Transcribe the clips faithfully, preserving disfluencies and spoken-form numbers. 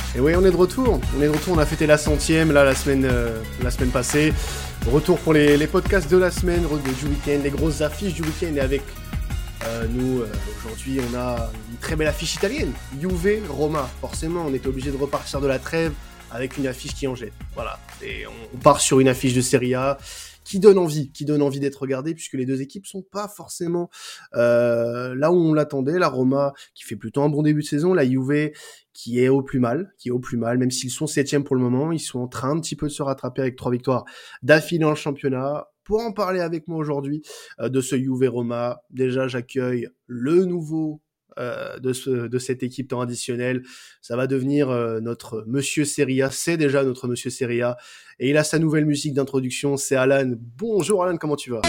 Et oui, on est de retour. On est de retour. On a fêté la centième là la semaine, euh, la semaine passée. Retour pour les, les podcasts de la semaine, du week-end, les grosses affiches du week-end. Et avec euh, nous, euh, aujourd'hui, on a une très belle affiche italienne. Juve, Roma. Forcément, on était obligé de repartir de la trêve avec une affiche qui en jette. Voilà. Et on, on part sur une affiche de Serie A qui donne envie, qui donne envie d'être regardée, puisque les deux équipes sont pas forcément euh, là où on l'attendait. La Roma qui fait plutôt un bon début de saison, la Juve qui est au plus mal, qui est au plus mal, même s'ils sont septième pour le moment, ils sont en train un petit peu de se rattraper avec trois victoires d'affilée en championnat. Pour en parler avec moi aujourd'hui euh, de ce Juve Roma, déjà j'accueille le nouveau euh, de, ce, de cette équipe temps additionnel. Ça va devenir euh, notre Monsieur Serie A, c'est déjà notre Monsieur Serie A, et il a sa nouvelle musique d'introduction, c'est Alan. Bonjour Alan, comment tu vas?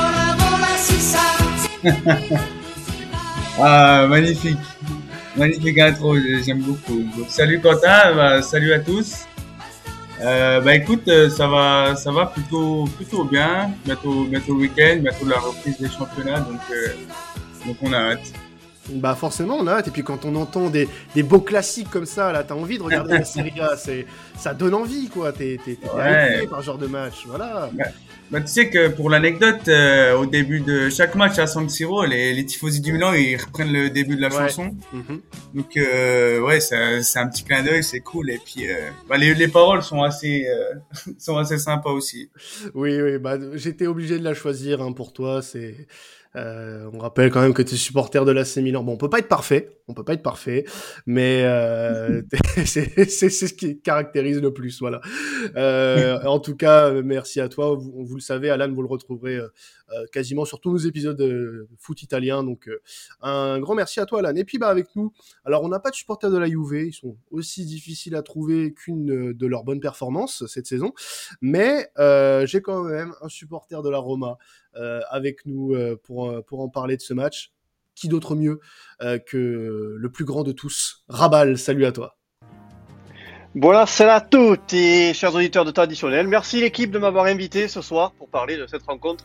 Ah, magnifique. Magnifique intro, j'aime beaucoup. Donc, salut Quentin, bah, salut à tous. Euh, bah écoute, ça va, ça va plutôt, plutôt bien. Bientôt, bientôt le week-end, bientôt la reprise des championnats, donc, euh, donc on a hâte. Bah forcément on a hâte, et puis quand on entend des, des beaux classiques comme ça, là t'as envie de regarder la Serie A, c'est, ça donne envie quoi, t'es, t'es, t'es ouais. hypé par ce genre de match, voilà. Bah, bah tu sais que pour l'anecdote, euh, au début de chaque match à San Siro, les, les tifosi du Milan ils reprennent le début de la ouais. chanson. Mm-hmm. Donc euh, ouais, c'est, c'est un petit clin d'œil, c'est cool, et puis euh, bah, les, les paroles sont assez, euh, sont assez sympas aussi. Oui, oui, bah j'étais obligé de la choisir hein, pour toi, c'est... Euh, on rappelle quand même que tu es supporter de l'A C Milan. Bon, on peut pas être parfait, on peut pas être parfait, mais euh, c'est, c'est, c'est ce qui caractérise le plus, voilà. Euh, en tout cas, merci à toi. Vous, vous le savez, Alan, vous le retrouverez euh, quasiment sur tous nos épisodes de foot italien. Donc, euh, un grand merci à toi, Alan. Et puis, bah, avec nous, alors on n'a pas de supporters de la Juve, ils sont aussi difficiles à trouver qu'une de leurs bonnes performances cette saison, mais euh, j'ai quand même un supporter de la Roma euh, avec nous euh, pour pour en parler de ce match. Qui d'autre mieux euh, que le plus grand de tous, Rabal. Salut à toi. Buonasera a tutti, chers auditeurs de temps additionnel. Merci l'équipe de m'avoir invité ce soir pour parler de cette rencontre.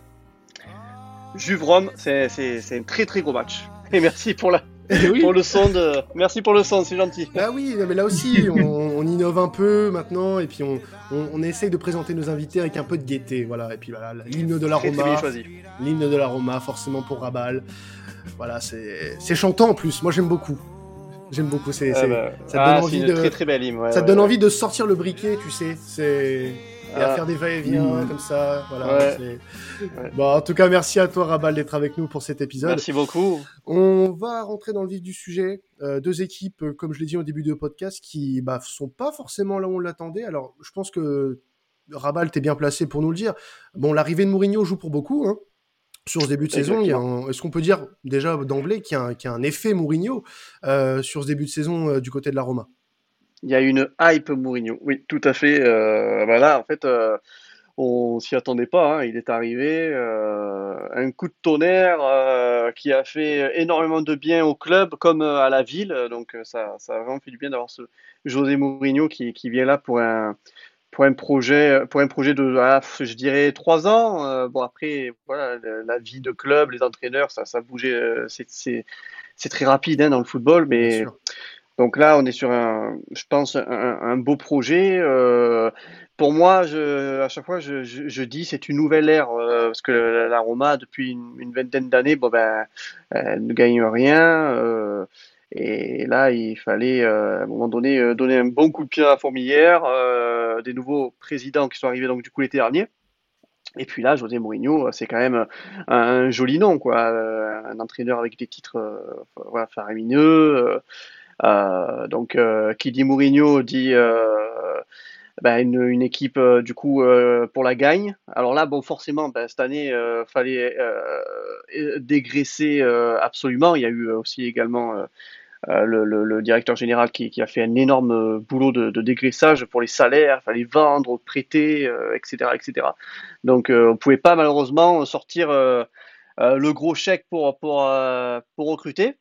Juve-Rome, c'est, c'est, c'est un très très gros match. Et merci pour la, oui. pour le son de, merci pour le son, c'est gentil. Ah oui, mais là aussi, on, on innove un peu maintenant, et puis on, on, on essaye de présenter nos invités avec un peu de gaieté, voilà. Et puis voilà, l'hymne de la très, Roma, très bien choisi. L'hymne de la Roma, forcément pour Rabal. Voilà, c'est, c'est chantant en plus. Moi, j'aime beaucoup. J'aime beaucoup. C'est, c'est, ah bah, ça te ah, donne envie c'est de, très très belle hymne. Ouais, ça te ouais, donne ouais. envie de sortir le briquet, tu sais. C'est et à ah. faire des va-et-vient mmh. comme ça. Voilà. Ouais. C'est... Ouais. Bon, en tout cas, merci à toi, Rabal, d'être avec nous pour cet épisode. Merci beaucoup. On va rentrer dans le vif du sujet. Euh, deux équipes, euh, comme je l'ai dit au début du podcast, qui bah, sont pas forcément là où on l'attendait. Alors, je pense que Rabal, t'es bien placé pour nous le dire. Bon, l'arrivée de Mourinho joue pour beaucoup, hein. Sur ce début de saison, il y a un... est-ce qu'on peut dire déjà d'emblée qu'il y a un, qu'il y a un effet Mourinho euh, sur ce début de saison euh, du côté de la Roma? Il y a une hype Mourinho, oui, tout à fait. Euh, voilà, en fait, euh, on s'y attendait pas. Hein. Il est arrivé, euh, un coup de tonnerre euh, qui a fait énormément de bien au club comme à la ville. Donc ça, ça a vraiment fait du bien d'avoir ce José Mourinho qui, qui vient là pour un pour un projet pour un projet de ah, je dirais trois ans. Euh, bon après voilà la vie de club, les entraîneurs, ça ça bougeait, c'est c'est c'est très rapide hein, dans le football, mais donc là on est sur un je pense un, un beau projet. Euh, pour moi, je, à chaque fois, je, je, je dis c'est une nouvelle ère euh, parce que la, la Roma depuis une, une vingtaine d'années, bon ben, elle ne gagne rien. Euh, et là, il fallait euh, à un moment donné euh, donner un bon coup de pied à la fourmilière. Euh, des nouveaux présidents qui sont arrivés donc du coup l'été dernier. Et puis là, José Mourinho, c'est quand même un, un joli nom, quoi. Euh, un entraîneur avec des titres euh, voilà, faramineux. Euh, donc, euh, qui dit Mourinho dit euh, ben, une, une équipe euh, du coup euh, pour la gagne. Alors là, bon, forcément, ben, cette année, euh, fallait euh, dégraisser euh, absolument. Il y a eu aussi également euh, euh, le, le, le directeur général qui, qui a fait un énorme boulot de, de dégraissage pour les salaires. Il fallait vendre, prêter, euh, et cetera, et cetera. Donc, euh, on pouvait pas malheureusement sortir euh, euh, le gros chèque pour pour euh, pour recruter.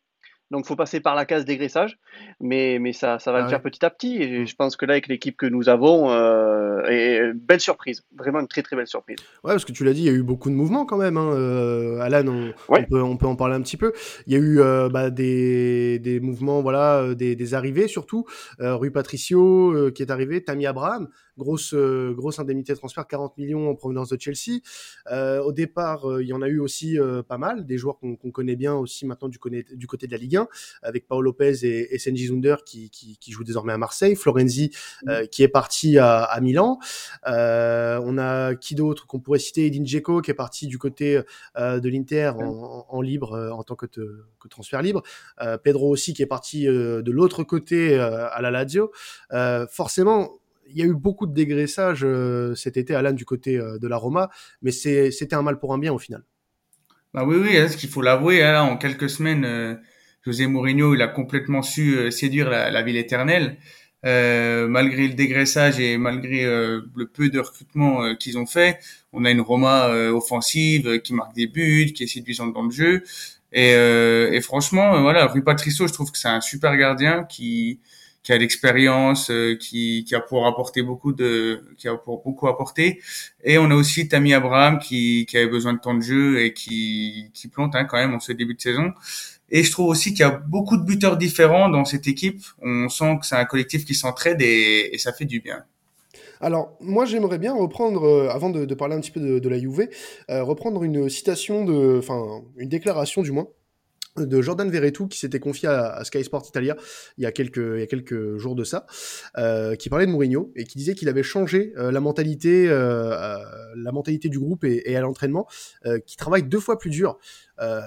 Donc, faut passer par la case dégraissage, mais, mais ça, ça va Ah le ouais. faire petit à petit. Et Mm. je pense que là, avec l'équipe que nous avons, euh, et belle surprise, vraiment une très très belle surprise. Ouais, parce que tu l'as dit, il y a eu beaucoup de mouvements quand même. Hein. Euh, Alan, on, on Ouais. peut, on peut en parler un petit peu. Il y a eu euh, bah, des, des mouvements, voilà, euh, des, des arrivées surtout. Euh, Rui Patricio euh, qui est arrivé, Tammy Abraham, grosse, euh, grosse indemnité de transfert, quarante millions en provenance de Chelsea. Euh, au départ, euh, il y en a eu aussi euh, pas mal, des joueurs qu'on qu'on connaît bien aussi maintenant du, côté- du côté de la Ligue un, avec Paolo Lopez et, et Senji Zunder qui, qui, qui jouent désormais à Marseille, Florenzi euh, qui est parti à, à Milan. Euh, on a qui d'autre qu'on pourrait citer, Edin Dzeko qui est parti du côté euh, de l'Inter en, en, en libre, euh, en tant que, te, que transfert libre. Euh, Pedro aussi qui est parti euh, de l'autre côté euh, à la Lazio. Euh, forcément, il y a eu beaucoup de dégraissage euh, cet été, Alan, du côté euh, de la Roma, mais c'est, c'était un mal pour un bien au final. Bah oui, oui, hein, ce qu'il faut l'avouer, hein, en quelques semaines, euh, José Mourinho, il a complètement su euh, séduire la, la ville éternelle. Euh, malgré le dégraissage et malgré euh, le peu de recrutement euh, qu'ils ont fait, on a une Roma euh, offensive euh, qui marque des buts, qui est séduisante dans le jeu. Et, euh, et franchement, euh, voilà, Rui Patricio, je trouve que c'est un super gardien qui qui a l'expérience, euh, qui qui a pour apporter beaucoup de, qui a pour beaucoup apporter. Et on a aussi Tammy Abraham qui, qui avait besoin de temps de jeu et qui, qui plante hein, quand même en ce début de saison. Et je trouve aussi qu'il y a beaucoup de buteurs différents dans cette équipe. On sent que c'est un collectif qui s'entraide et, et ça fait du bien. Alors, moi, j'aimerais bien reprendre, euh, avant de, de parler un petit peu de, de la Juve, euh, reprendre une citation de, enfin, une déclaration du moins, de Jordan Verretou qui s'était confié à, à Sky Sport Italia il y a quelques, il y a quelques jours de ça, euh, qui parlait de Mourinho et qui disait qu'il avait changé euh, la mentalité, euh, euh, la mentalité du groupe et, et à l'entraînement, euh, qui travaille deux fois plus dur. Euh,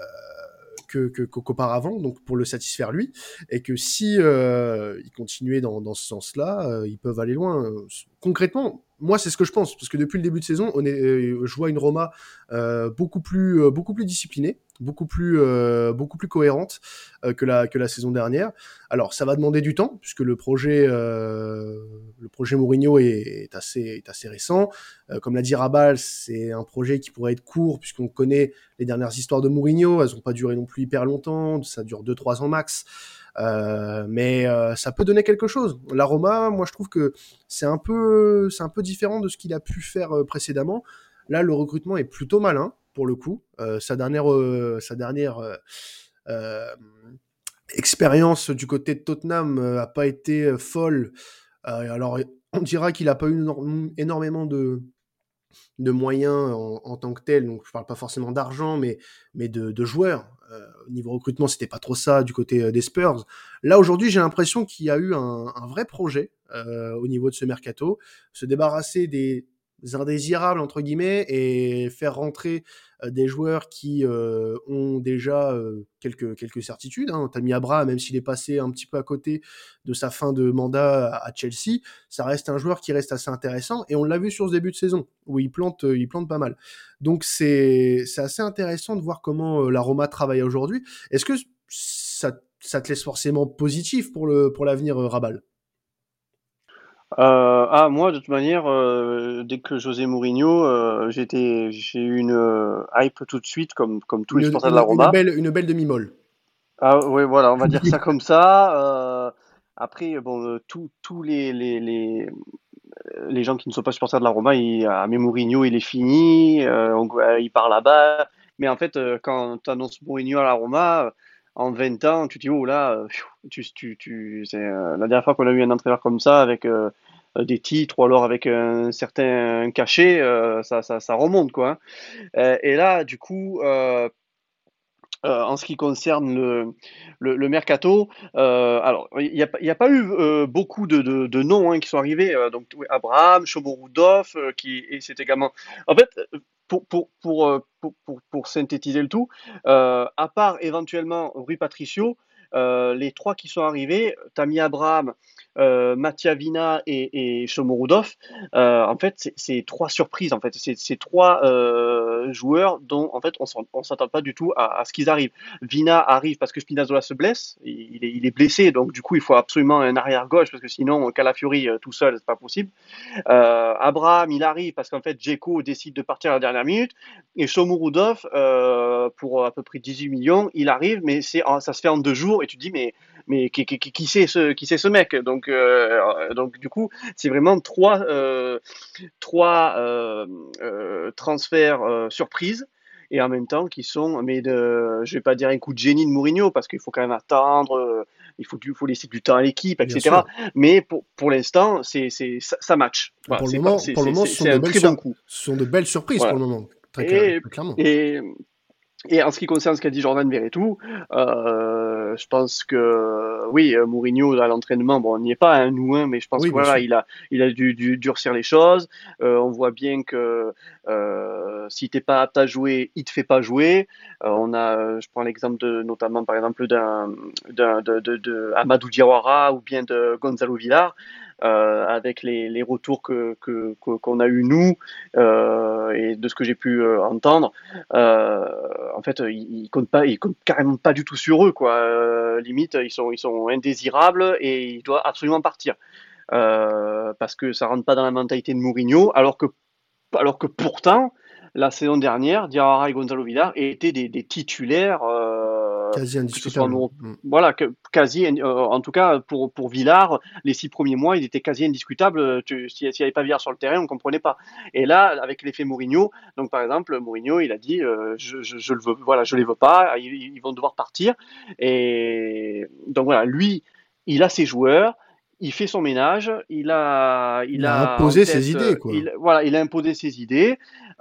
que, que, qu'auparavant, donc pour le satisfaire lui, et que si euh, ils continuaient dans, dans ce sens-là, euh, ils peuvent aller loin. Concrètement, moi c'est ce que je pense, parce que depuis le début de saison, on est, euh, je vois une Roma euh, beaucoup plus, euh, beaucoup plus disciplinée, beaucoup plus, euh, beaucoup plus cohérente euh, que la que la saison dernière. Alors ça va demander du temps, puisque le projet, euh, le projet Mourinho est, est assez, est assez récent. Euh, comme l'a dit Rabal, c'est un projet qui pourrait être court, puisqu'on connaît les dernières histoires de Mourinho, elles n'ont pas duré non plus hyper longtemps, ça dure deux trois ans max. Euh, mais euh, ça peut donner quelque chose. La Roma, moi je trouve que c'est un peu, c'est un peu différent de ce qu'il a pu faire euh, précédemment. Là, le recrutement est plutôt malin pour le coup. Euh, sa dernière, euh, sa dernière euh, euh, expérience du côté de Tottenham euh, a pas été euh, folle. Euh, alors, on dira qu'il a pas eu énorm- énormément de de moyens en, en tant que tel, donc je parle pas forcément d'argent, mais, mais de, de joueurs. Euh, au niveau recrutement, c'était pas trop ça du côté euh, des Spurs. Là, aujourd'hui, j'ai l'impression qu'il y a eu un, un vrai projet euh, au niveau de ce mercato, se débarrasser des indésirables, entre guillemets, et faire rentrer euh, des joueurs qui euh, ont déjà euh, quelques, quelques certitudes. Hein. Tammy Abraham, même s'il est passé un petit peu à côté de sa fin de mandat à, à Chelsea, ça reste un joueur qui reste assez intéressant, et on l'a vu sur ce début de saison, où il plante, euh, il plante pas mal. Donc c'est, c'est assez intéressant de voir comment euh, la Roma travaille aujourd'hui. Est-ce que ça, ça te laisse forcément positif pour, le, pour l'avenir, euh, Rabal? Euh, ah, moi, de toute manière, euh, dès que José Mourinho, euh, j'étais, j'ai eu une euh, hype tout de suite, comme, comme tous les Une, supporters de la une, une Roma. belle, une belle demi-molle. Ah, oui, voilà, on va dire ça comme ça. Euh, après, bon, euh, tous tous les, les, les, les gens qui ne sont pas supporters de la Roma, ils, ah, mais Mourinho, il est fini, euh, on- euh, il part là-bas. Mais en fait, euh, quand tu annonces Mourinho à la Roma, euh, en vingt ans, tu te dis, oh là, euh, pfiou, tu, tu, tu, c'est euh, la dernière fois qu'on a eu un entraîneur comme ça, avec euh, euh, des titres ou alors avec un certain cachet, euh, ça, ça, ça remonte, quoi. Hein. Euh, et là, du coup, euh, euh, en ce qui concerne le, le, le mercato, euh, alors il n'y a, pas- il y a pas eu euh, beaucoup de, de, de noms hein, qui sont arrivés. Euh, donc oui, Abraham, Choborudov, euh, qui et c'est également. En fait, euh, pour pour pour, euh, pour, pour, pour synthétiser le tout, euh, à part éventuellement Rui Patricio, euh, les trois qui sont arrivés, Tammy Abraham, euh, Mattia Vina et, et Shomorodov, euh, en fait, c'est, c'est trois surprises. En fait, c'est, c'est trois euh, joueurs dont en fait on s'en- on s'attend pas du tout à, à ce qu'ils arrivent. Vina arrive parce que Spinazzola se blesse, il est, il est blessé, donc du coup il faut absolument un arrière gauche parce que sinon Calafiori euh, tout seul c'est pas possible. Euh, Abraham, il arrive parce qu'en fait, Dzeko décide de partir à la dernière minute. Et Shomurodov, euh, pour à peu près dix-huit millions, il arrive, mais c'est, ça se fait en deux jours. Et tu te dis, mais, mais qui, qui, qui, qui c'est ce, qui c'est ce mec? Donc, euh, donc, du coup, c'est vraiment trois, euh, trois euh, euh, transferts euh, surprises. Et en même temps, qui sont, mais de, je vais pas dire un coup de génie de Mourinho, parce qu'il faut quand même attendre, euh, il faut, du, faut laisser du temps à l'équipe, Bien et cetera. sûr. Mais pour, pour l'instant, c'est, c'est, ça, ça match. Voilà, Pour le c'est pas, moment, c'est, pour le c'est, moment, c'est, ce sont c'est de un belles très sur- bon coup. ce sont de belles surprises pour Voilà. le moment, très, clair- Et, très clairement. et, et en ce qui concerne ce qu'a dit Jordan Verretou, euh, je pense que oui, euh, Mourinho à l'entraînement, bon, on n'y est pas un nous un, mais je pense Oui, que bien voilà, sûr. il a, il a dû, dû durcir les choses. Euh, on voit bien que euh, si t'es pas apte à jouer, il te fait pas jouer. Euh, on a, euh, je prends l'exemple de, notamment par exemple d'un, d'un de, de, de Amadou Diawara ou bien de Gonzalo Villar. Euh, avec les, les retours que, que, que- qu'on a eu nous euh, et de ce que j'ai pu euh, entendre, euh, en fait, ils, ils comptent pas, ils comptent carrément pas du tout sur eux, quoi. Euh, limite, ils sont, ils sont indésirables et ils doivent absolument partir euh, parce que ça rentre pas dans la mentalité de Mourinho, alors que, alors que pourtant, la saison dernière, Diarra et Gonzalo Villar étaient des, des titulaires, euh, Quasi que ce soit en indiscutable. Europe. Mm. Voilà, que, quasi, euh, en tout cas pour pour Villar, les six premiers mois, il était quasi indiscutable. Tu, s'il n'y avait pas Villar sur le terrain, on comprenait pas. Et là, avec l'effet Mourinho, donc par exemple, Mourinho, il a dit, euh, je, je, je le veux, voilà, je les veux pas, ils, ils vont devoir partir. Et donc voilà, lui, il a ses joueurs. Il fait son ménage, il a, il Il a a en imposé ses tête, idées, quoi. il, voilà, il a imposé ses idées.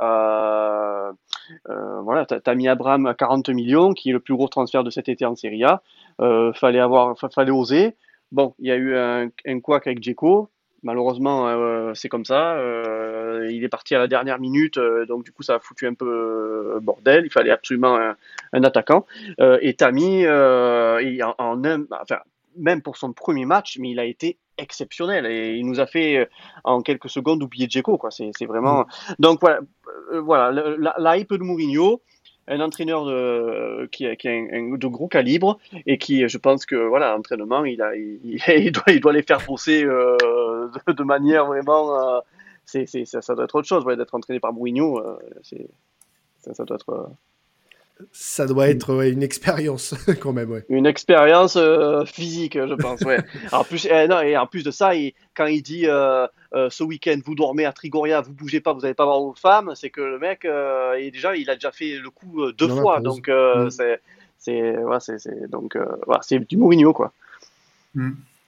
Euh, euh, voilà, t'as, t'as mis Abraham à quarante millions, qui est le plus gros transfert de cet été en Serie A. Euh, fallait avoir, fa- fallait oser. Bon, il y a eu un, un couac avec Dzeko. Malheureusement, euh, c'est comme ça. Euh, il est parti à la dernière minute, euh, donc du coup, ça a foutu un peu euh, bordel. Il fallait absolument un, un attaquant. Euh, et Tammy, euh, il- en, en un, enfin, même pour son premier match, mais il a été exceptionnel et il nous a fait euh, en quelques secondes oublier Dzeko, quoi. C'est, c'est Mm. vraiment. Donc voilà, euh, voilà, le- la, la hype de Mourinho, un entraîneur de, qui, a- qui a un, un- de gros calibre et qui, je pense que voilà, l'entraînement, il a, il, il doit, il doit les faire bosser euh, de, de manière vraiment. Euh, c'est, c'est, ça, ça doit être autre chose, ouais, d'être entraîné par Mourinho. Euh, c'est, ça, ça doit être. Euh, Ça doit être ouais, une expérience quand même, ouais. Une expérience euh, physique, je pense, ouais. En plus, eh, non, et en plus de ça, il, quand il dit euh, euh, ce week-end, vous dormez à Trigoria, vous bougez pas, vous n'allez pas voir vos femmes, c'est que le mec, euh, et déjà, il a déjà fait le coup euh, deux Il en fois, impose. donc euh, Mm. c'est, c'est, ouais, c'est, c'est, donc euh, voilà, c'est du Mourinho, quoi. Mm.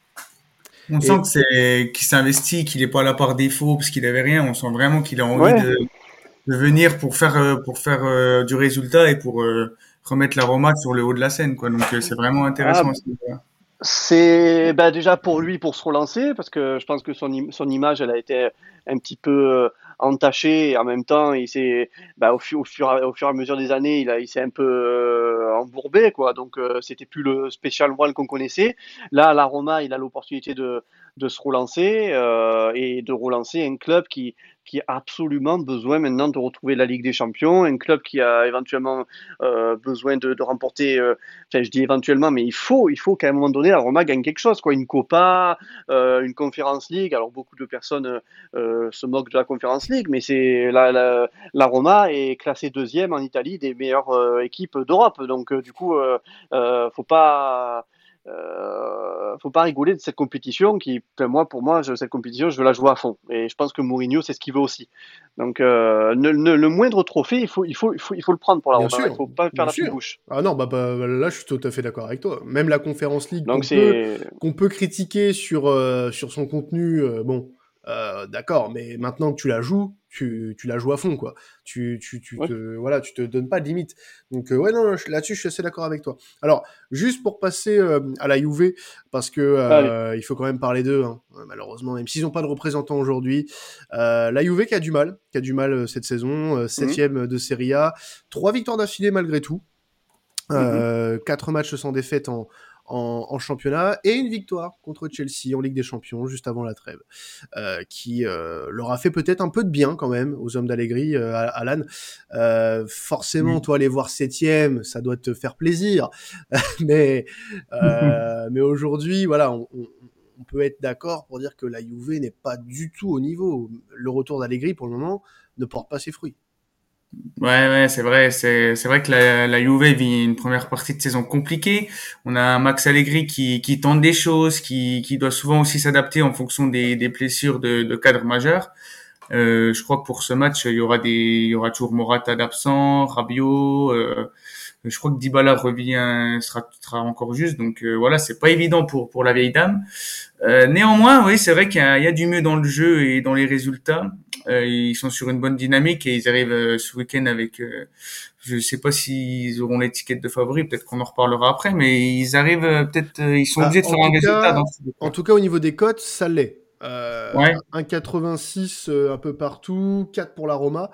On Et sent que c'est, qu'il s'investit, qu'il est pas là par défaut parce qu'il avait rien. On sent vraiment qu'il a envie Ouais. de, de venir pour faire, euh, pour faire euh, du résultat et pour euh, remettre la Roma sur le haut de la scène, quoi. Donc euh, c'est vraiment Ah, intéressant à ce niveau-là. c'est ben déjà pour lui pour se relancer parce que je pense que son, im- son image elle a été un petit peu euh, entachée et en même temps il s'est ben, au, fu- au fur, au fur et à mesure des années il a il s'est un peu euh, embourbé quoi donc euh, c'était plus le Special One qu'on connaissait. Là à la Roma il a l'opportunité de de se relancer euh, et de relancer un club qui qui a absolument besoin maintenant de retrouver la Ligue des Champions, un club qui a éventuellement euh, besoin de, de remporter euh, enfin je dis éventuellement, mais il faut, il faut qu'à un moment donné la Roma gagne quelque chose, quoi, une Copa, euh, une Conference League. Alors beaucoup de personnes euh, se moquent de la Conference League, mais c'est la, la, la Roma est classée deuxième en Italie des meilleures euh, équipes d'Europe. Donc euh, du coup, euh, euh, faut pas euh, faut pas rigoler de cette compétition qui, enfin, moi, pour moi, je, cette compétition, je veux la jouer à fond. Et je pense que Mourinho, c'est ce qu'il veut aussi. Donc, euh, ne, ne, le moindre trophée, il faut, il faut, il faut, il faut le prendre pour la bien Roma. Il sûr, faut pas faire bien la fine sûr. bouche. Ah non, bah, bah là, je suis tout à fait d'accord avec toi. Même la Conférence League Donc qu'on peut c'est qu'on peut critiquer sur euh, sur son contenu, euh, bon, euh, d'accord, mais maintenant que tu la joues, tu, tu la joues à fond, quoi. Tu, tu, tu ouais. te, voilà, tu te donnes pas de limite. Donc euh, ouais, non, je- là-dessus, je suis assez d'accord avec toi. Alors, juste pour passer euh, à la Juve, parce que Allez. euh, il faut quand même parler d'eux, hein, malheureusement, même s'ils n'ont pas de représentant aujourd'hui. Euh, la Juve qui a du mal, qui a du mal euh, cette saison, euh, Mhm. septième de Serie A, trois victoires d'affilée malgré tout. Euh, quatre matchs sans défaite en, en, en championnat et une victoire contre Chelsea en Ligue des Champions juste avant la trêve, euh, qui euh, leur a fait peut-être un peu de bien quand même aux hommes d'Allegri, euh, Alan. Euh, forcément, Oui. toi, les voir septième, ça doit te faire plaisir, mais euh, mais aujourd'hui, voilà, on, on, on peut être d'accord pour dire que la Juve n'est pas du tout au niveau. Le retour d'Allegri, pour le moment, ne porte pas ses fruits. Ouais, ouais, c'est vrai, c'est c'est vrai que la la Juve vit une première partie de saison compliquée. On a un Max Allegri qui qui tente des choses, qui qui doit souvent aussi s'adapter en fonction des des blessures de de cadres majeurs. Euh, je crois que pour ce match, il y aura des il y aura toujours Morata d'absent, Rabiot, euh, je crois que Dybala revient sera sera encore juste, donc euh, voilà, c'est pas évident pour pour la vieille dame. Euh, néanmoins, oui, c'est vrai qu'il y a, il y a du mieux dans le jeu et dans les résultats. Euh, ils sont sur une bonne dynamique et ils arrivent euh, ce week-end avec, euh, je sais pas s'ils auront l'étiquette de favori, peut-être qu'on en reparlera après, mais ils arrivent euh, peut-être, euh, ils sont Ah, obligés de en faire un tout résultat cas, dans ce en cas. tout cas, au niveau des cotes, ça l'est. Euh, Ouais, un virgule quatre-vingt-six euh, un peu partout, quatre pour la Roma,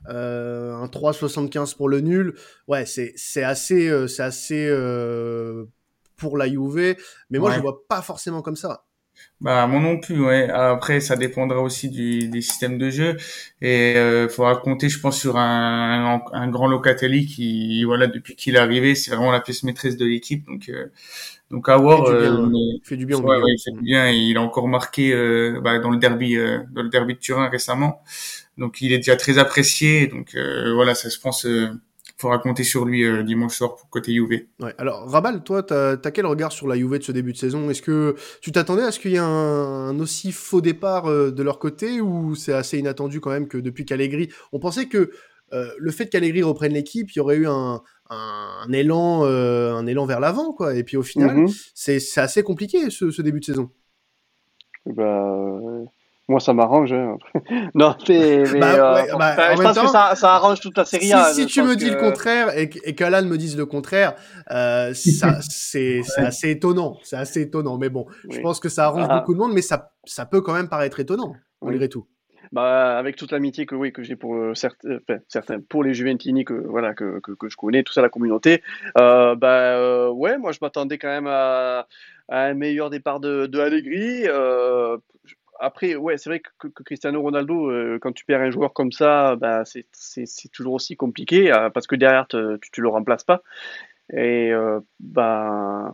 euh, un trois virgule soixante-quinze pour le nul. Ouais, c'est c'est assez euh, c'est assez euh, pour la Juve, mais moi je le ouais. vois pas forcément comme ça. Bah moi non plus, ouais. Après, ça dépendra aussi du des systèmes de jeu et euh, faudra compter, je pense, sur un, un, un grand Locatelli qui, voilà, depuis qu'il est arrivé, c'est vraiment la pièce maîtresse de l'équipe. Donc, euh, donc à Il fait voir. du Euh, bien, ouais. mais, Il fait du bien au ouais, milieu. ouais, il fait Mm. bien. Et il a encore marqué euh, bah, dans le derby, euh, dans le derby de Turin récemment. Donc, il est déjà très apprécié. Donc, euh, voilà, ça se pense. Euh, faudra compter sur lui euh, dimanche soir pour côté Juve. Ouais. Alors, Rabal, toi, t'as as quel regard sur la Juve de ce début de saison? Est-ce que tu t'attendais à ce qu'il y ait un, un aussi faux départ euh, de leur côté ou c'est assez inattendu quand même que depuis qu'Allegri... On pensait que euh, le fait qu'Allegri reprenne l'équipe, il y aurait eu un, un, un élan, euh, un élan vers l'avant, quoi. Et puis au final, Mhm. c'est c'est assez compliqué ce, ce début de saison. Bah, euh, moi, ça m'arrange, hein. Non, mais, mais Bah euh, ouais, bon, bah enfin, en je même pense que temps, ça, ça arrange toute la Serie si, A. si Je tu pense me dis le que contraire et, que- et qu'Alan me dise le contraire, euh, ça, c'est, c'est assez étonnant. C'est assez étonnant. Mais bon, je oui. pense que ça arrange Ah, beaucoup de monde, mais ça, ça peut quand même paraître étonnant, oui. malgré tout. Bah, avec toute l'amitié que oui que j'ai pour euh, certains, enfin, certains pour les Juventini que voilà que, que, que je connais, tout ça la communauté. Euh, bah euh, ouais, moi je m'attendais quand même à, à un meilleur départ de, de Allegri. Euh, après, ouais, c'est vrai que, que Cristiano Ronaldo, euh, quand tu perds un joueur comme ça, bah c'est c'est c'est toujours aussi compliqué euh, parce que derrière te- tu tu le remplaces pas. Et euh, bah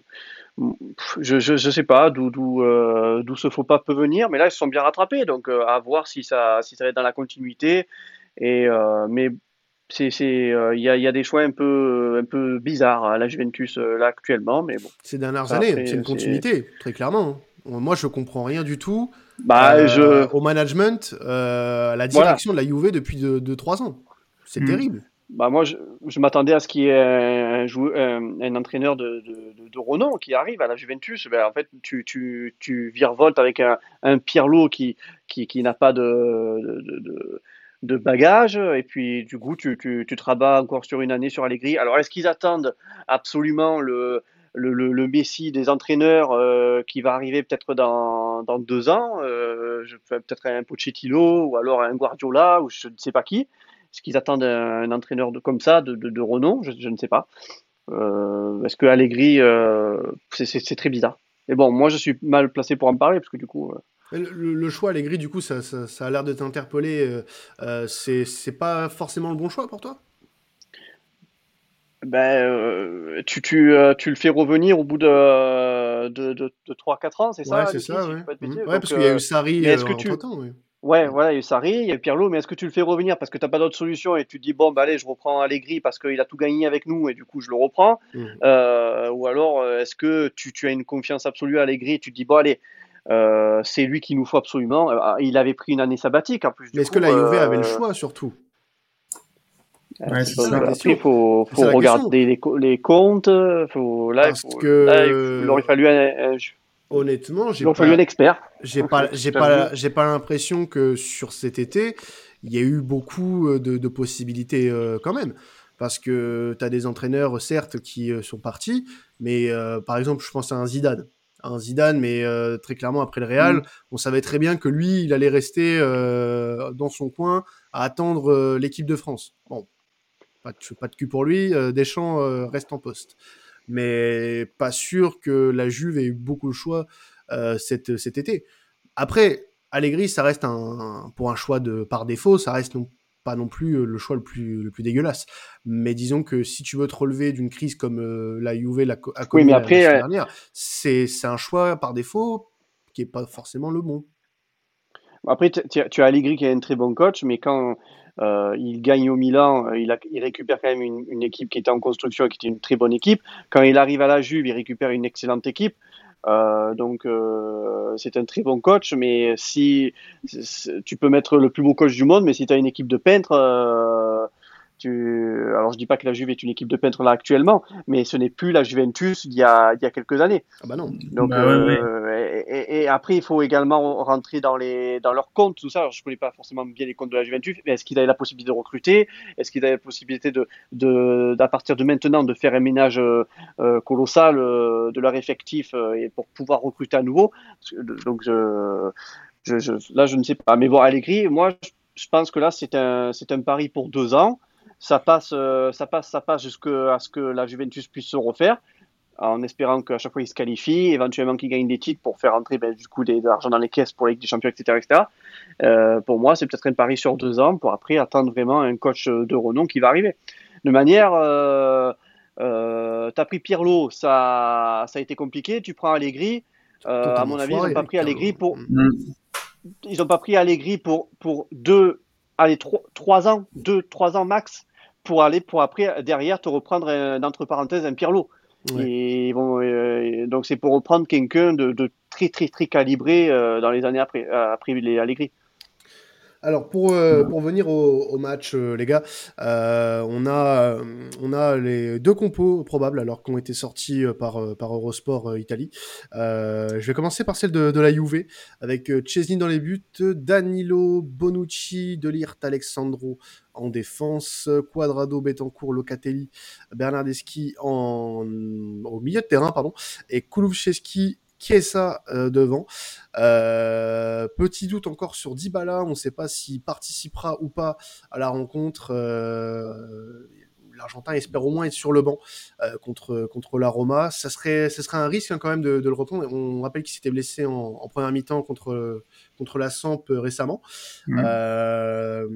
je, je, je sais pas d'où d'où euh, d'où ce faux pas peut venir, mais là ils se sont bien rattrapés, donc euh, à voir si ça si ça va être dans la continuité. Et euh, mais c'est c'est euh, il y a il y a des choix un peu un peu bizarres à la Juventus euh, là actuellement, mais bon, Ces dernières ça années, c'est après une c'est continuité, très clairement. Hein. Moi, je comprends rien du tout bah euh, je au management, euh, à la voilà. direction de la Juve depuis deux, deux, trois ans. C'est Hmm. terrible. Bah moi je, je m'attendais à ce qu'il y ait un, un, jou- un, un entraîneur de, de, de, de renom qui arrive à la Juventus. Ben, en fait tu tu tu virevoltes avec un, un Pirlo qui qui, qui n'a pas de, de, de de bagages et puis du coup tu, tu, tu te rabats encore sur une année sur Allegri. Alors est-ce qu'ils attendent absolument le, le, le, le Messi des entraîneurs euh, qui va arriver peut-être dans, dans deux ans, euh, je- enfin, peut-être un Pochettino ou alors un Guardiola ou je ne sais pas qui. Est-ce qu'ils attendent un, un entraîneur de, comme ça, de, de, de renom? je, je ne sais pas. Euh, est-ce que Allegri, euh, c'est, c'est, c'est très bizarre. Mais bon, moi je suis mal placé pour en parler parce que du coup, euh, Le, le- le choix Allegri, du coup, ça, ça, ça a l'air de t'interpeller. Euh, euh, c'est c'est pas forcément le bon choix pour toi? ben, euh, tu, tu, euh, tu le fais revenir au bout de, de, de, de trois quatre ans, c'est Ouais, ça, c'est Allegri, ça, si je ouais. dis pas de Mhm. bêtises. Ouais, Donc, parce qu'il y a eu euh, Sarri mais est-ce euh, que tu, entre-temps, ouais. ouais, Mhm. voilà, il y a eu Sarri, il y a eu Pirlo, mais est-ce que tu le fais revenir parce que t'as pas d'autre solution et tu te dis bon, bah allez, je reprends Allegri parce qu'il a tout gagné avec nous et du coup je le reprends, Mhm. euh, ou alors euh, est-ce que tu, tu as une confiance absolue à Allegri et tu te dis bon allez, euh, c'est lui qu'il nous faut absolument. Euh, il avait pris une année sabbatique en plus Mais du est-ce que coup. la Juve avait le Euh, choix, surtout? euh, Ouais, C'est c'est bon, ça la ça. après il question. faut, C'est ça faut la question. regarder les, co- les comptes. Faut, là, il Parce faut, là, il, faut- il aurait que, fallu un, un- honnêtement, j'ai il aurait fallu un pas, expert. j'ai pas, j'ai J'avoue. pas, j'ai pas l'impression que sur cet été, il y a eu beaucoup euh, de, de possibilités euh, quand même. Parce que tu as des entraîneurs, certes, qui euh, sont partis, mais euh, par exemple, je pense à un Zidane. Un Zidane, mais euh, très clairement, après le Mm. Real, on savait très bien que lui, il allait rester euh, dans son coin à attendre euh, l'équipe de France. Bon, pas de, pas de cul pour lui, euh, Deschamps euh, reste en poste. Mais pas sûr que la Juve ait eu beaucoup de choix euh, cet, cet été. Après, Allegri, ça reste un, pour un choix de par défaut, ça reste non, pas non plus le choix le plus, le plus dégueulasse. Mais disons que si tu veux te relever d'une crise comme euh, la Juve l'a, a connue Oui, mais la, après, la saison euh, dernière, c'est, c'est un choix par défaut qui est pas forcément le bon. après tu, tu as tu as Allegri qui est un très bon coach, mais quand euh, il gagne au Milan, euh, il, a, il récupère quand même une, une équipe qui était en construction et qui était une très bonne équipe. Quand il arrive à la Juve, il récupère une excellente équipe. Euh, donc euh, c'est un très bon coach, mais si c'est- tu peux mettre le plus beau coach du monde, mais si tu as une équipe de peintres, euh, tu... alors je dis pas que la Juve est une équipe de peintres là actuellement, mais ce n'est plus la Juventus d'il y a, il y a quelques années. Ah bah non. Donc, Bah ouais, ouais. euh, et, et- et après, il faut également rentrer dans les dans leurs comptes, tout ça. Alors, je connais pas forcément bien les comptes de la Juventus, mais est-ce qu'ils avaient la possibilité de recruter? Est-ce qu'ils avaient la possibilité de, de, d'à partir de maintenant, de faire un ménage euh, euh, colossal euh, de leur effectif euh, et pour pouvoir recruter à nouveau? Donc, je, je, je, là, je ne sais pas. Mais bon, Allegri, moi, je, je pense que là, c'est un c'est un pari pour deux ans. Ça passe, euh, ça passe, ça passe jusqu'à ce que la Juventus puisse se refaire en espérant qu'à chaque fois ils se qualifient, éventuellement qu'ils gagnent des titres pour faire entrer ben, du coup des, de l'argent dans les caisses pour la Ligue des Champions, et cetera, et cetera. Euh, pour moi, c'est peut-être un pari sur deux ans pour après attendre vraiment un coach de renom qui va arriver. De manière, euh, euh, t'as pris Pirlo, ça, ça a été compliqué. Tu prends Allegri. Euh, à Totalement mon avis, ils n'ont foiré. pas pris Putain. Allegri pour, Mm. ils ont pas pris Allegri pour pour deux, allez trois, trois ans, deux, trois ans max pour aller pour après derrière te reprendre un, entre parenthèses un Pirlo. Ouais. Et bon, euh, donc c'est pour reprendre quelqu'un de, de très très très calibré euh, dans les années après, euh, après les Allegri. Alors pour, euh, pour venir au, au match, euh, les gars, euh, on a, euh, on a les deux compos probables alors qui ont été sortis euh, par, euh, par Eurosport euh, Italie. Euh, je vais commencer par celle de, de la Juve avec euh, Chesney dans les buts, Danilo, Bonucci, Delirte, Alexandro en défense, Quadrado, Betancourt, Locatelli, Bernardeschi en, au milieu de terrain, pardon, et Kulusevski, Chiesa euh, devant. Euh, petit doute encore sur Dybala, on ne sait pas s'il participera ou pas à la rencontre. Euh, L'Argentin espère au moins être sur le banc euh, contre, contre la Roma. Ça serait, ça serait un risque hein, quand même de, de le reprendre. On rappelle qu'il s'était blessé en, en première mi-temps contre, contre la Samp récemment. Mm. Euh,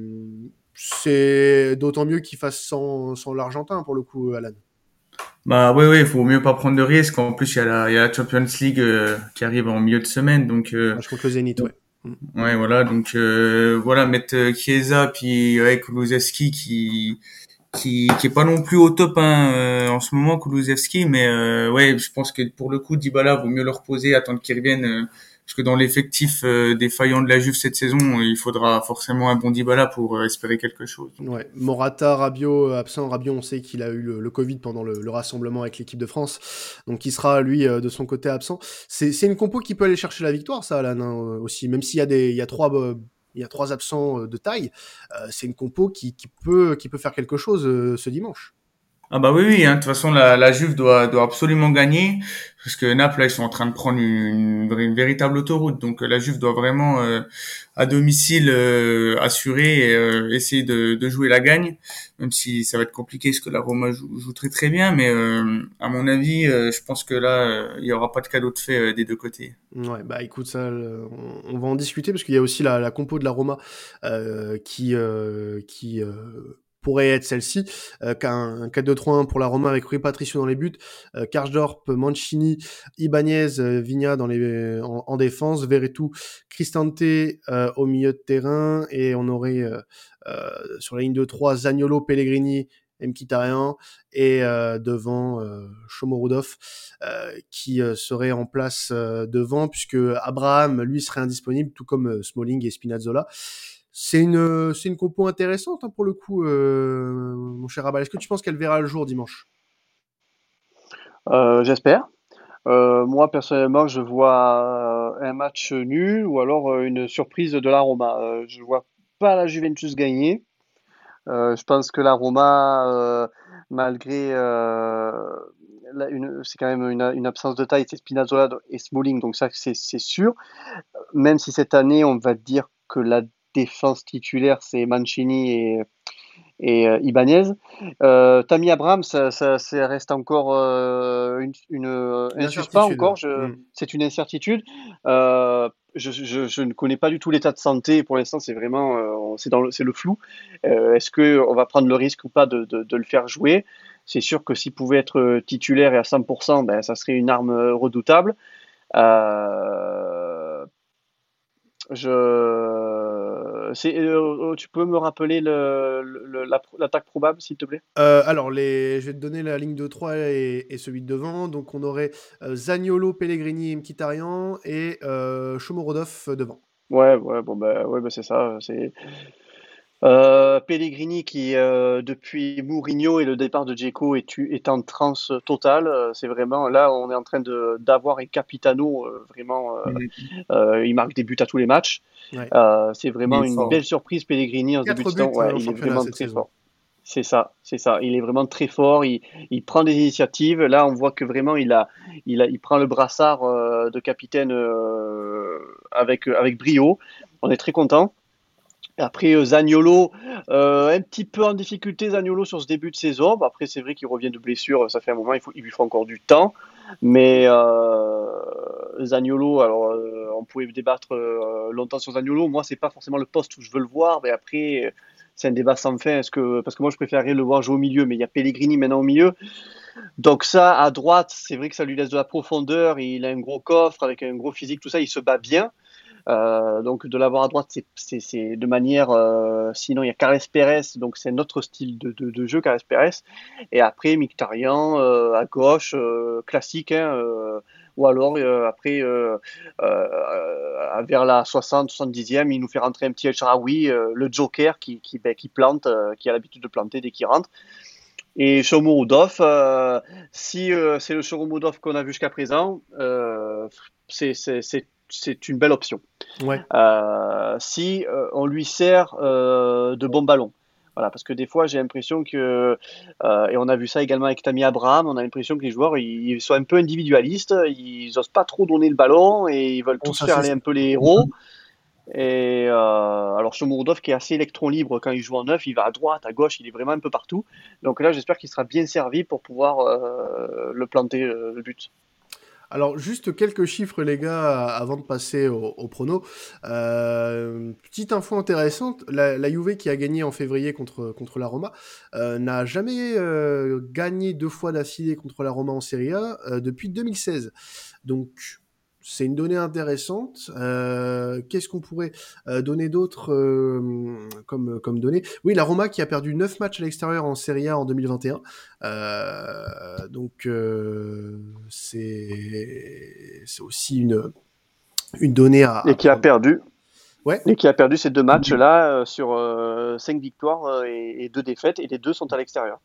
c'est d'autant mieux qu'il fasse sans, sans l'Argentin pour le coup, Alan. Bah ouais, ouais, il faut mieux pas prendre de risques. En plus, il y a la, il y a la Champions League euh, qui arrive en milieu de semaine, donc euh, Match contre le Zénith, ouais. ouais, voilà, donc euh, voilà, mettre euh, Chiesa puis avec Kulusevski qui qui qui est pas non plus au top hein, euh, en ce moment, Kulusevski, mais euh, ouais, je pense que pour le coup, Dybala vaut mieux le reposer, attendre qu'il revienne, euh, parce que dans l'effectif euh, défaillant de la Juve cette saison, il faudra forcément un bon Dybala pour euh, espérer quelque chose. Donc. Ouais, Morata, Rabiot, absent. Rabiot, on sait qu'il a eu le, le Covid pendant le, le rassemblement avec l'équipe de France, donc il sera lui euh, de son côté absent. C'est, c'est une compo qui peut aller chercher la victoire, ça, Alan, hein, aussi. Même s'il y a des, il y a trois, euh, il y a trois absents euh, de taille, euh, c'est une compo qui, qui peut, qui peut faire quelque chose euh, ce dimanche. Ah bah oui, oui, hein. De toute façon, la, la Juve doit, doit absolument gagner, parce que Naples, là, ils sont en train de prendre une, une véritable autoroute. Donc, euh, la Juve doit vraiment, euh, à domicile, euh, assurer et euh, essayer de, de jouer la gagne, même si ça va être compliqué, parce que la Roma joue, joue très très bien. Mais euh, à mon avis, euh, je pense que là, euh, il y aura pas de cadeau de fait euh, des deux côtés. Ouais, bah écoute, ça, euh, on, on va en discuter parce qu'il y a aussi la, la compo de la Roma euh, qui, euh, qui euh, pourrait être celle-ci, euh, qu'un un quatre deux trois un pour la Roma avec Rui Patricio dans les buts, euh, Karsdorp, Mancini, Ibanez, euh, Vigna dans les, en, en défense, Veretout, Cristante euh, au milieu de terrain, et on aurait euh, euh, sur la ligne de trois Zaniolo, Pellegrini, Mkhitaryan, et euh, devant euh, Shomorodov euh, qui euh, serait en place euh, devant, puisque Abraham, lui, serait indisponible, tout comme euh, Smalling et Spinazzola. C'est une, c'est une compo intéressante hein, pour le coup, euh, mon cher Abel. Est-ce que tu penses qu'elle verra le jour dimanche? Euh, j'espère. Euh, moi, personnellement, je vois euh, un match nul ou alors euh, une surprise de la Roma. Euh, je vois pas la Juventus gagner. Euh, je pense que la Roma, euh, malgré euh, la- une, c'est quand même une, une absence de taille, c'est Spinazzola et Smalling, donc ça c'est c'est sûr. Même si cette année, on va dire que la défense titulaire c'est Mancini et, et euh, Ibanez. Euh, Tammy Abraham, ça, ça, ça reste encore euh, une, une, Une un suspens incertitude. encore. Je, Mm. c'est une incertitude. Euh, je, je, je ne connais pas du tout l'état de santé. Pour l'instant, c'est vraiment euh, c'est dans le, c'est le flou. Euh, est-ce que on va prendre le risque ou pas de, de, de le faire jouer? C'est sûr que s'il pouvait être titulaire et à cent pour cent, ben, ça serait une arme redoutable. Euh, je, c'est, euh, tu peux me rappeler le, le, la- l'attaque probable, s'il te plaît? Euh, alors, les... je vais te donner la ligne de trois et, et celui de devant. Donc, on aurait euh, Zaniolo, Pellegrini et Mkhitaryan et euh, Shomorodov euh, devant. Ouais, ouais, bon, ben, ouais, ben, c'est ça. C'est euh, Pellegrini qui, euh, depuis Mourinho et le départ de Dzeko, est, tu- est en transe totale. Euh, C'est vraiment, là, on est en train de d'avoir un capitano, euh, vraiment, euh, Mhm. euh, il marque des buts à tous les matchs. Ouais. Euh, c'est Il vraiment est une fort. belle surprise, Pellegrini, en ce début de Quatre saison. buts euh, Ouais, en il est championnat vraiment cette très saison. fort. C'est ça, c'est ça. Il est vraiment très fort. Il, il prend des initiatives. Là, on voit que vraiment, il a, il a, il prend le brassard euh, de capitaine euh, avec, avec brio. On est très content. Après, euh, Zaniolo, euh, un petit peu en difficulté, Zaniolo, sur ce début de saison. Bah, après, c'est vrai qu'il revient de blessure, ça fait un moment, il, faut, il lui faut encore du temps. Mais euh, Zaniolo, alors, euh, on pouvait débattre euh, longtemps sur Zaniolo. Moi, c'est pas forcément le poste où je veux le voir, mais après, c'est un débat sans fin. Est-ce que, parce que moi, je préférerais le voir jouer au milieu, mais il y a Pellegrini maintenant au milieu. Donc ça, à droite, c'est vrai que ça lui laisse de la profondeur. Il a un gros coffre avec un gros physique, tout ça, il se bat bien. Euh, donc de l'avoir à droite, c'est, c'est, c'est de manière. Euh, sinon, il y a Carles Pérez, donc c'est notre style de, de, de jeu, Carles Pérez. Et après, Mkhitaryan euh, à gauche, euh, classique, hein, euh, ou alors euh, après, euh, euh, vers la soixante soixante-dixième, il nous fait rentrer un petit El Shaarawy, euh, le Joker qui, qui, ben, qui plante, euh, qui a l'habitude de planter dès qu'il rentre. Et Shomorodov, euh, si euh, c'est le Shomorodov qu'on a vu jusqu'à présent, euh, c'est, c'est, c'est, c'est une belle option. Ouais. Euh, si euh, on lui sert euh, de bons ballons. Voilà, parce que des fois, j'ai l'impression que, euh, et on a vu ça également avec Tammy Abraham, on a l'impression que les joueurs, ils, ils sont un peu individualistes, ils osent pas trop donner le ballon et ils veulent Bon, tous ça, faire c'est aller un peu les héros. Et euh, alors Shomorodov qui est assez électron libre quand il joue en neuf, il va à droite, à gauche, il est vraiment un peu partout. Donc là, j'espère qu'il sera bien servi pour pouvoir euh, le planter euh, le but. Alors, juste quelques chiffres, les gars, avant de passer au, au prono. Euh, petite info intéressante, la, la Juve qui a gagné en février contre, contre la Roma euh, n'a jamais euh, gagné deux fois d'affilée contre la Roma en Serie A euh, depuis deux mille seize. Donc, c'est une donnée intéressante. Euh, qu'est-ce qu'on pourrait euh, donner d'autre euh, comme, comme donnée? Oui, la Roma qui a perdu neuf matchs à l'extérieur en Serie A en deux mille vingt et un. Euh, donc, euh, c'est, c'est aussi une, une donnée à, Et à qui a prendre. perdu, Ouais. et qui a perdu ces deux matchs-là euh, sur euh, cinq victoires euh, et, et deux défaites, et les deux sont à l'extérieur.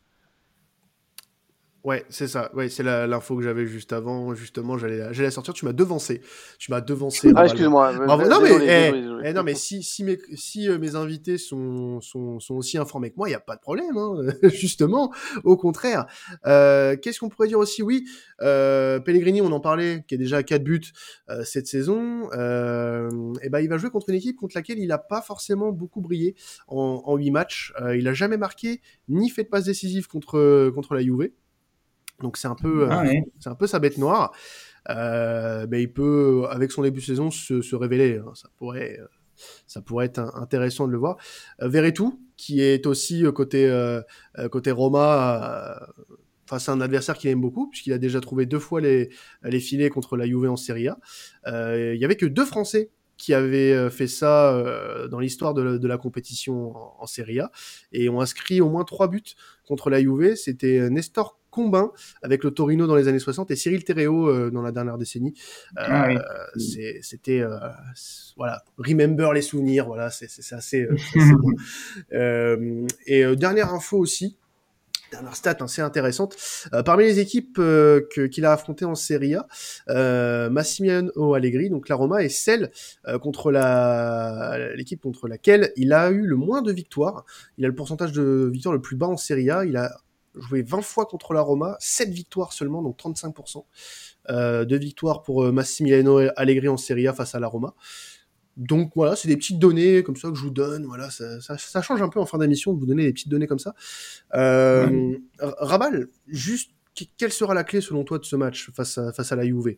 Ouais, c'est ça. Ouais, c'est la- l'info que j'avais juste avant. Justement, j'allais, la- j'allais la sortir. Tu m'as devancé. Tu m'as devancé, Ah, Raval. excuse-moi, Bravo. Non, mais, désolé, eh, désolé, désolé. eh, non, mais si, si, mes, si euh, mes invités sont, sont, sont aussi informés que moi, il n'y a pas de problème, hein, justement. Au contraire. Euh, qu'est-ce qu'on pourrait dire aussi? Oui, euh, Pellegrini, on en parlait, qui est déjà à quatre buts euh, cette saison. Euh, et ben, il va jouer contre une équipe contre laquelle il n'a pas forcément beaucoup brillé en, en huit matchs. Euh, il a jamais marqué ni fait de passe décisive contre, contre la Juve. Donc c'est un peu, Ah euh, ouais. c'est un peu sa bête noire. Euh, mais il peut, avec son début de saison, se, se révéler. Hein. Ça pourrait, euh, ça pourrait être un- intéressant de le voir. Euh, Verretou, qui est aussi euh, côté, euh, euh, côté Roma, euh, face à un adversaire qu'il aime beaucoup, puisqu'il a déjà trouvé deux fois les, les filets contre la Juve en Serie A. Euh, il y avait que deux Français qui avaient euh, fait ça euh, dans l'histoire de, la- de la compétition en, en Serie A et ont inscrit au moins trois buts contre la Juve. C'était Nestor Combin avec le Torino dans les années soixante et Cyril Terreo euh, dans la dernière décennie. Ah Euh, oui. c'est- c'était euh, c'est- voilà, remember les souvenirs. Voilà, c'est c'est- c'est assez, euh, c'est assez bon. Euh, et euh, dernière info aussi. Dernière stat assez intéressante. Euh, parmi les équipes euh, que, qu'il a affrontées en Serie A, euh, Massimiliano Allegri, donc la Roma, est celle euh, contre la l'équipe contre laquelle il a eu le moins de victoires. Il a le pourcentage de victoires le plus bas en Serie A. Il a joué vingt fois contre la Roma, sept victoires seulement, donc trente-cinq pour cent euh, de victoires pour euh, Massimiliano Allegri en Serie A face à la Roma. donc voilà, c'est des petites données comme ça que je vous donne. Voilà, ça, ça, ça change un peu en fin d'émission de vous donner des petites données comme ça. Euh, Ouais. Rabal, juste, quelle sera la clé selon toi de ce match face à, face à la Juve?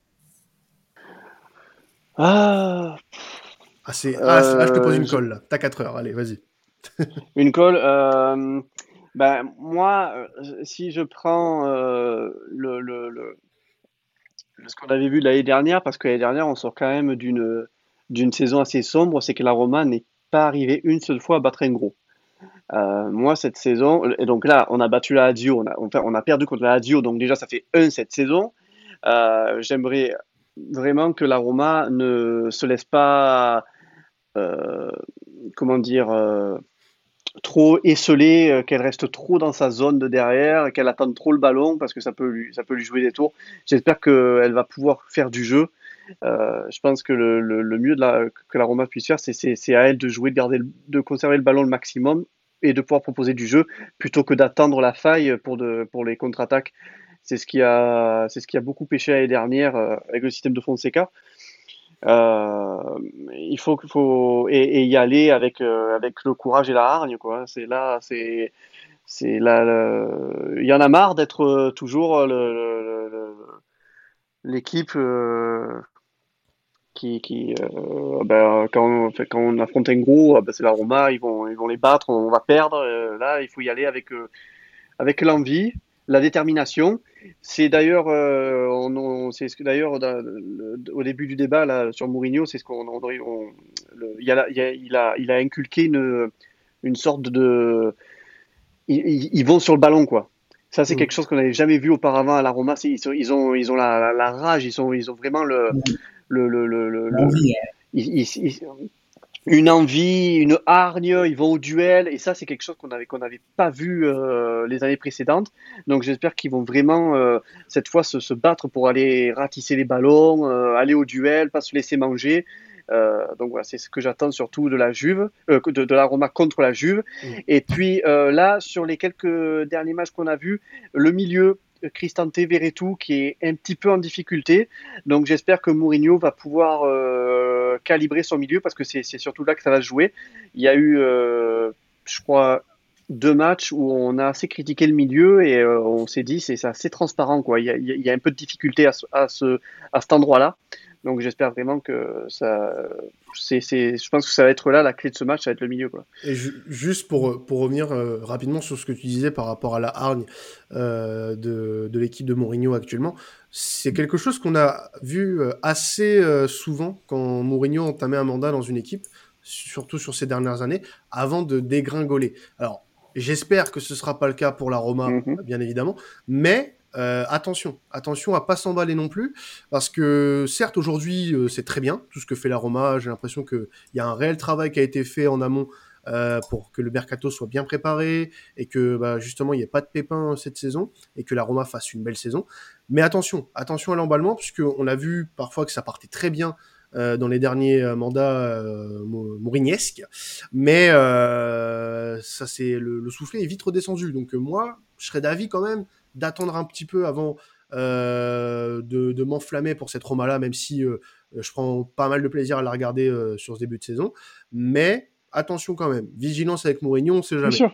Ah, Ah, c'est... ah, ah, je te pose euh, une je- colle là. T'as quatre heures, allez, vas-y. une colle. Euh, ben, moi, euh, si je prends euh, le, le, le- ce qu'on avait vu de l'année dernière, parce que l'année dernière, on sort quand même d'une d'une saison assez sombre, c'est que la Roma n'est pas arrivée une seule fois à battre un gros. Euh, moi, cette saison, et donc là, on a battu la Lazio, on a, enfin, on a perdu contre la Lazio, donc déjà, ça fait un cette saison. Euh, j'aimerais vraiment que la Roma ne se laisse pas, euh, comment dire, euh, trop esselée, euh, qu'elle reste trop dans sa zone de derrière, qu'elle attende trop le ballon parce que ça peut lui, ça peut lui jouer des tours. J'espère qu'elle va pouvoir faire du jeu. Euh, je pense que le, le, le mieux de la, que la Roma puisse faire, c'est, c'est, c'est à elle de jouer, de garder, le- de conserver le ballon le maximum et de pouvoir proposer du jeu plutôt que d'attendre la faille pour, de, pour les contre-attaques. C'est ce qui a, c'est ce qui a beaucoup pêché l'année dernière euh, avec le système de Fonseca. Euh, il faut, faut et, et y aller avec euh, avec le courage et la hargne quoi. C'est là, c'est c'est là, le- il y en a marre d'être euh, toujours le, le- le- l'équipe euh, qui qui euh, ben, quand on, fait- quand on affronte un gros, ah ben, c'est la Roma, ils vont ils vont les battre, on va perdre. Euh, là, il faut y aller avec euh, avec l'envie, la détermination. C'est d'ailleurs, euh, on, on- c'est ce que d'ailleurs dans le- au début du débat là sur Mourinho, c'est ce qu'on, on, on- le- il, y a, la- il, y a, il a, il a inculqué une, une sorte de, ils, ils- ils vont sur le ballon quoi. Ça c'est quelque Mm. chose qu'on n'avait jamais vu auparavant à la Roma. C'est- Ils, sont- ils ont, ils ont la, la, la rage, ils sont, ils ont vraiment le, le, le, le, le, le- L'envie, hein. ils- ils- ils- une envie, une hargne, ils vont au duel, et ça c'est quelque chose qu'on avait qu'on n'avait pas vu euh, les années précédentes. Donc j'espère qu'ils vont vraiment euh, cette fois se, se battre pour aller ratisser les ballons, euh, aller au duel, pas se laisser manger. Euh, donc voilà, c'est ce que j'attends surtout de la Juve, euh, de, de la Roma contre la Juve. Mm. Et puis euh, là, sur les quelques derniers matchs qu'on a vus, le milieu, Cristante Verretou qui est un petit peu en difficulté. Donc j'espère que Mourinho va pouvoir euh, calibrer son milieu parce que c'est, c'est surtout là que ça va se jouer. Il y a eu, euh, je crois, deux matchs où on a assez critiqué le milieu et euh, on s'est dit c'est, c'est assez transparent quoi. Il y a, il y a un peu de difficulté à, ce, à, ce, à cet endroit-là. Donc j'espère vraiment que ça, c'est, c'est, je pense que ça va être là la clé de ce match, ça va être le milieu quoi. Et ju- juste pour, pour revenir euh, rapidement sur ce que tu disais par rapport à la hargne euh, de, de l'équipe de Mourinho actuellement, c'est quelque chose qu'on a vu euh, assez euh, souvent quand Mourinho entamait un mandat dans une équipe, surtout sur ces dernières années, avant de dégringoler. Alors, j'espère que ce sera pas le cas pour la Roma, Mm-hmm. bien évidemment, mais euh, attention, attention à pas s'emballer non plus, parce que certes aujourd'hui euh, c'est très bien tout ce que fait la Roma. J'ai l'impression que il y a un réel travail qui a été fait en amont euh, pour que le mercato soit bien préparé et que bah, justement il n'y ait pas de pépins cette saison et que la Roma fasse une belle saison. Mais attention, attention à l'emballement, puisqu'on a vu parfois que ça partait très bien euh, dans les derniers euh, mandats euh, mourignesques, mais euh, ça c'est le, le soufflet est vite redescendu. Donc euh, moi, je serais d'avis quand même d'attendre un petit peu avant euh, de, de m'enflammer pour cette Roma-là, même si euh, je prends pas mal de plaisir à la regarder euh, sur ce début de saison. Mais attention quand même, vigilance avec Mourinho, on ne sait Bien jamais. sûr.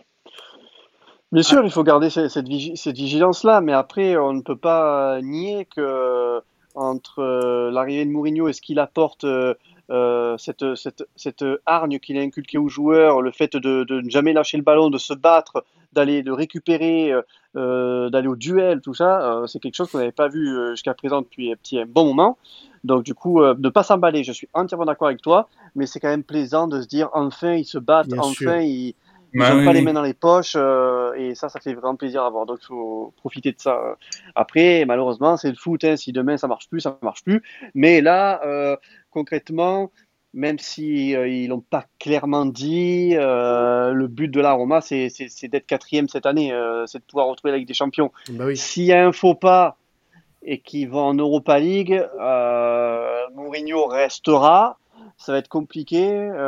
Bien Ah, sûr, il faut garder ce- cette, vigi- cette vigilance-là, mais après, on ne peut pas nier que euh, entre euh, l'arrivée de Mourinho et ce qu'il apporte, euh, euh, cette, cette, cette hargne qu'il a inculquée aux joueurs, le fait de, de ne jamais lâcher le ballon, de se battre, d'aller de récupérer, euh, euh, d'aller au duel, tout ça, euh, c'est quelque chose qu'on n'avait pas vu euh, jusqu'à présent depuis un petit un bon moment. Donc du coup, euh, ne pas s'emballer, je suis entièrement d'accord avec toi, mais c'est quand même plaisant de se dire enfin ils se battent, bien enfin sûr. ils ils Bah ont oui, pas les mains oui. dans les poches euh, et ça, ça fait vraiment plaisir à voir. Donc, il faut profiter de ça. Après, malheureusement, c'est le foot. Hein, si demain ça marche plus, ça marche plus. Mais là, euh, concrètement, même si euh, ils l'ont pas clairement dit, euh, le but de la Roma, c'est, c'est, c'est d'être quatrième cette année, euh, c'est de pouvoir retrouver la Ligue des Champions. Bah oui. S'il y a un faux pas et qu'ils vont en Europa League, euh, Mourinho restera. Ça va être compliqué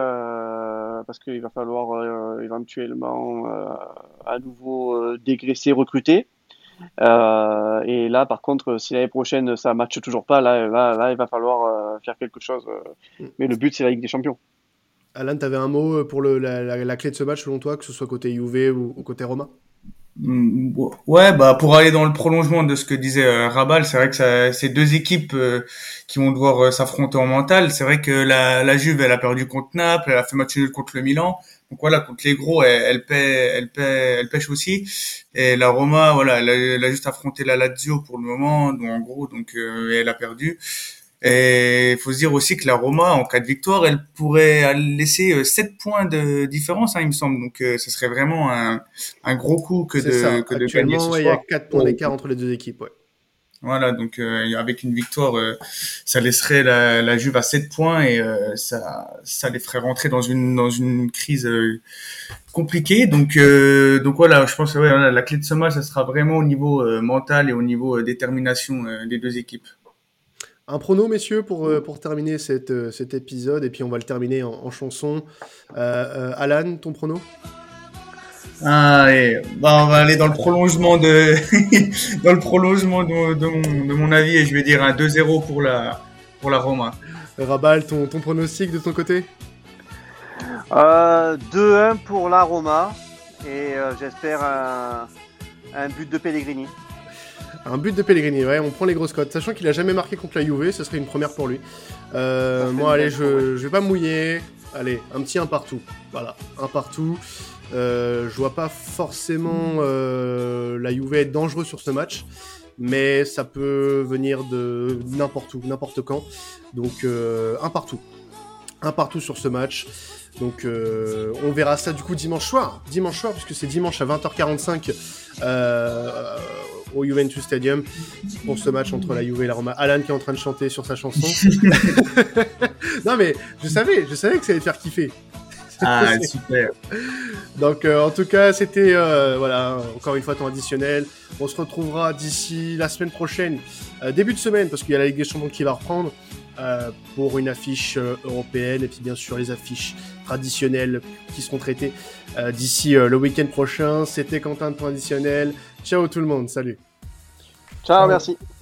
euh, parce qu'il va falloir euh, éventuellement euh, à nouveau euh, dégraisser, recruter. Euh, et là, par contre, si l'année prochaine ça matche toujours pas, là, là, là il va falloir euh, faire quelque chose. Euh, mais le but, c'est la Ligue des Champions. Alan, tu avais un mot pour le, la, la, la clé de ce match, selon toi, que ce soit côté Juve ou, ou côté Roma? Ouais, bah pour aller dans le prolongement de ce que disait euh, Rabal, c'est vrai que ça, c'est deux équipes euh, qui vont devoir euh, s'affronter en mental. C'est vrai que la, la Juve, elle a perdu contre Naples, elle a fait match nul contre le Milan. Donc voilà, contre les gros, elle, elle paie, elle paie, elle pêche aussi. Et la Roma, voilà, elle a, elle a juste affronté la Lazio pour le moment, donc en gros, donc euh, elle a perdu. Et il faut se dire aussi que la Roma, en cas de victoire, elle pourrait laisser sept points de différence, hein, il me semble. Donc, euh, ce serait vraiment un, un gros coup que C'est de, ça. que de Actuellement, gagner ce ouais, il y soir. a quatre points d'écart entre les deux équipes. Ouais. Voilà, donc euh, avec une victoire, euh, ça laisserait la, la Juve à sept points et euh, ça, ça les ferait rentrer dans une, dans une crise euh, compliquée. Donc, euh, donc voilà, je pense que ouais, la clé de ce match, ça sera vraiment au niveau euh, mental et au niveau euh, détermination euh, des deux équipes. Un prono, messieurs, pour, pour terminer cette, cet épisode, et puis on va le terminer en, en chanson. Euh, euh, Alan, ton prono? Ah, et, bah, on va aller dans le prolongement de, dans le prolongement de, de, mon, de mon avis, et je vais dire un deux zéro pour la, pour la Roma. Rabal, ton, ton pronostic de ton côté? euh, deux un pour la Roma, et euh, j'espère un, un but de Pellegrini. Un but de Pellegrini, ouais, on prend les grosses cotes. Sachant qu'il a jamais marqué contre la Juve, ce serait une première pour lui. Euh, moi, allez, je, je vais pas mouiller. Allez, un petit un partout. Voilà, un partout. Euh, je vois pas forcément euh, la Juve être dangereux sur ce match, mais ça peut venir de n'importe où, n'importe quand. Donc, euh, un partout. Un partout sur ce match. Donc euh, on verra ça du coup dimanche soir, dimanche soir puisque c'est dimanche à vingt heures quarante-cinq euh, au Juventus Stadium pour ce match entre la Juve et la Roma. Alan qui est en train de chanter sur sa chanson. Non mais je savais, je savais que ça allait te faire kiffer. Ah super. Donc euh, en tout cas c'était euh, voilà encore une fois ton additionnel. On se retrouvera d'ici la semaine prochaine, euh, début de semaine parce qu'il y a la Ligue des Champions qui va reprendre. Euh, pour une affiche euh, européenne et puis bien sûr les affiches traditionnelles qui seront traitées euh, d'ici euh, le week-end prochain. C'était Quentin de Traditionnel. Ciao tout le monde, salut. Ciao, Ciao. Merci.